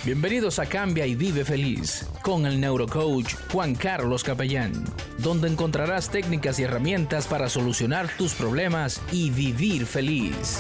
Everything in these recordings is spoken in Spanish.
Bienvenidos a Cambia y Vive Feliz con el neurocoach Juan Carlos Capellán, donde encontrarás técnicas y herramientas para solucionar tus problemas y vivir feliz.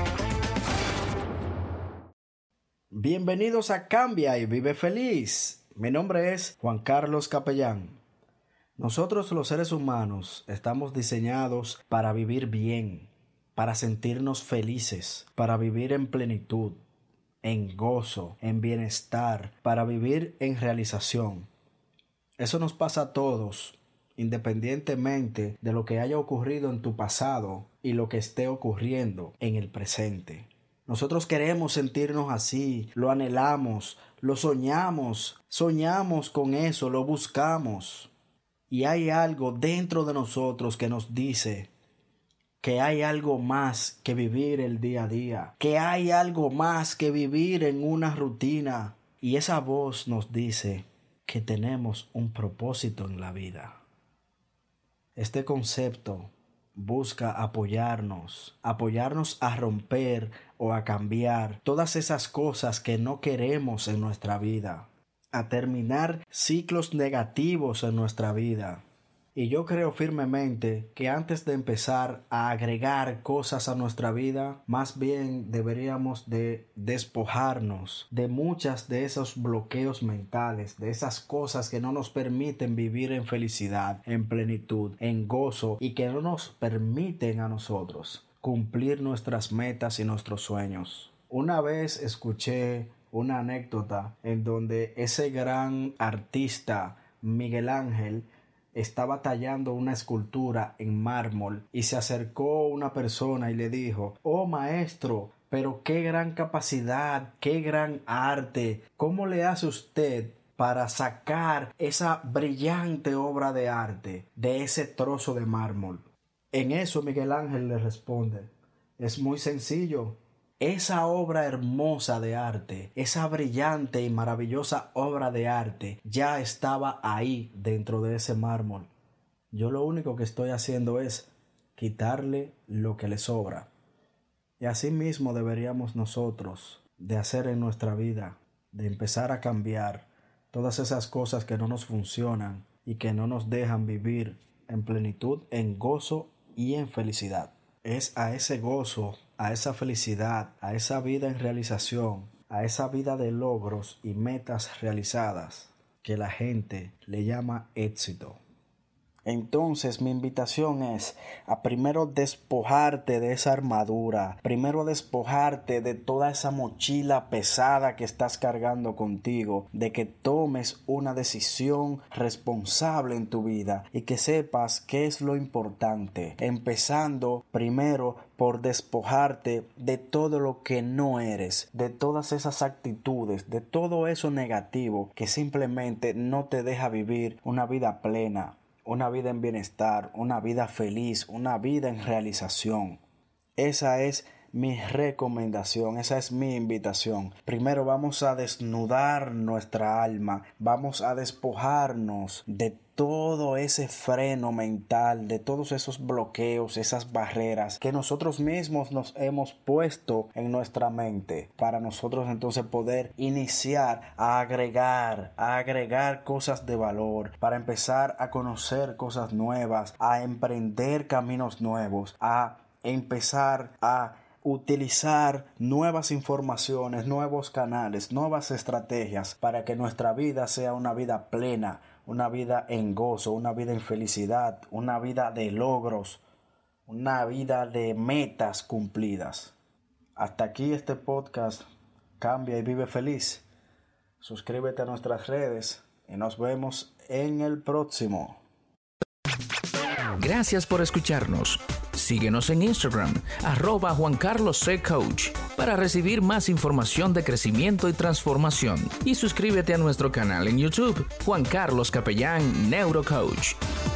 Bienvenidos a Cambia y Vive Feliz. Mi nombre es Juan Carlos Capellán. Nosotros los seres humanos estamos diseñados para vivir bien, para sentirnos felices, para vivir en plenitud, en gozo, en bienestar, para vivir en realización. Eso nos pasa a todos, independientemente de lo que haya ocurrido en tu pasado y lo que esté ocurriendo en el presente. Nosotros queremos sentirnos así, lo anhelamos, lo soñamos con eso, lo buscamos. Y hay algo dentro de nosotros que nos dice que hay algo más que vivir el día a día, que hay algo más que vivir en una rutina. Y esa voz nos dice que tenemos un propósito en la vida. Este concepto busca apoyarnos a romper o a cambiar todas esas cosas que no queremos en nuestra vida, a terminar ciclos negativos en nuestra vida. Y yo creo firmemente que antes de empezar a agregar cosas a nuestra vida, más bien deberíamos de despojarnos de muchas de esos bloqueos mentales, de esas cosas que no nos permiten vivir en felicidad, en plenitud, en gozo y que no nos permiten a nosotros cumplir nuestras metas y nuestros sueños. Una vez escuché una anécdota en donde ese gran artista Miguel Ángel estaba tallando una escultura en mármol y se acercó una persona y le dijo: «Oh maestro, pero qué gran capacidad, qué gran arte, ¿cómo le hace usted para sacar esa brillante obra de arte de ese trozo de mármol?» En eso Miguel Ángel le responde: «Es muy sencillo. Esa obra hermosa de arte, esa brillante y maravillosa obra de arte ya estaba ahí dentro de ese mármol. Yo lo único que estoy haciendo es quitarle lo que le sobra». Y así mismo deberíamos nosotros de hacer en nuestra vida, de empezar a cambiar todas esas cosas que no nos funcionan y que no nos dejan vivir en plenitud, en gozo y en felicidad. Es a ese gozo, a esa felicidad, a esa vida en realización, a esa vida de logros y metas realizadas que la gente le llama éxito. Entonces mi invitación es a primero despojarte de esa armadura, primero despojarte de toda esa mochila pesada que estás cargando contigo, de que tomes una decisión responsable en tu vida y que sepas qué es lo importante, empezando primero por despojarte de todo lo que no eres, de todas esas actitudes, de todo eso negativo que simplemente no te deja vivir una vida plena, una vida en bienestar, una vida feliz, una vida en realización. Esa es mi recomendación, esa es mi invitación. Primero vamos a desnudar nuestra alma, vamos a despojarnos de todo ese freno mental, de todos esos bloqueos, esas barreras que nosotros mismos nos hemos puesto en nuestra mente, para nosotros entonces poder iniciar a agregar cosas de valor, para empezar a conocer cosas nuevas, a emprender caminos nuevos, a empezar a utilizar nuevas informaciones, nuevos canales, nuevas estrategias para que nuestra vida sea una vida plena, una vida en gozo, una vida en felicidad, una vida de logros, una vida de metas cumplidas. Hasta aquí este podcast Cambia y Vive Feliz. Suscríbete a nuestras redes y nos vemos en el próximo. Gracias por escucharnos. Síguenos en Instagram, @JuanCarlosCCoach, para recibir más información de crecimiento y transformación. Y suscríbete a nuestro canal en YouTube, Juan Carlos Capellán Neurocoach.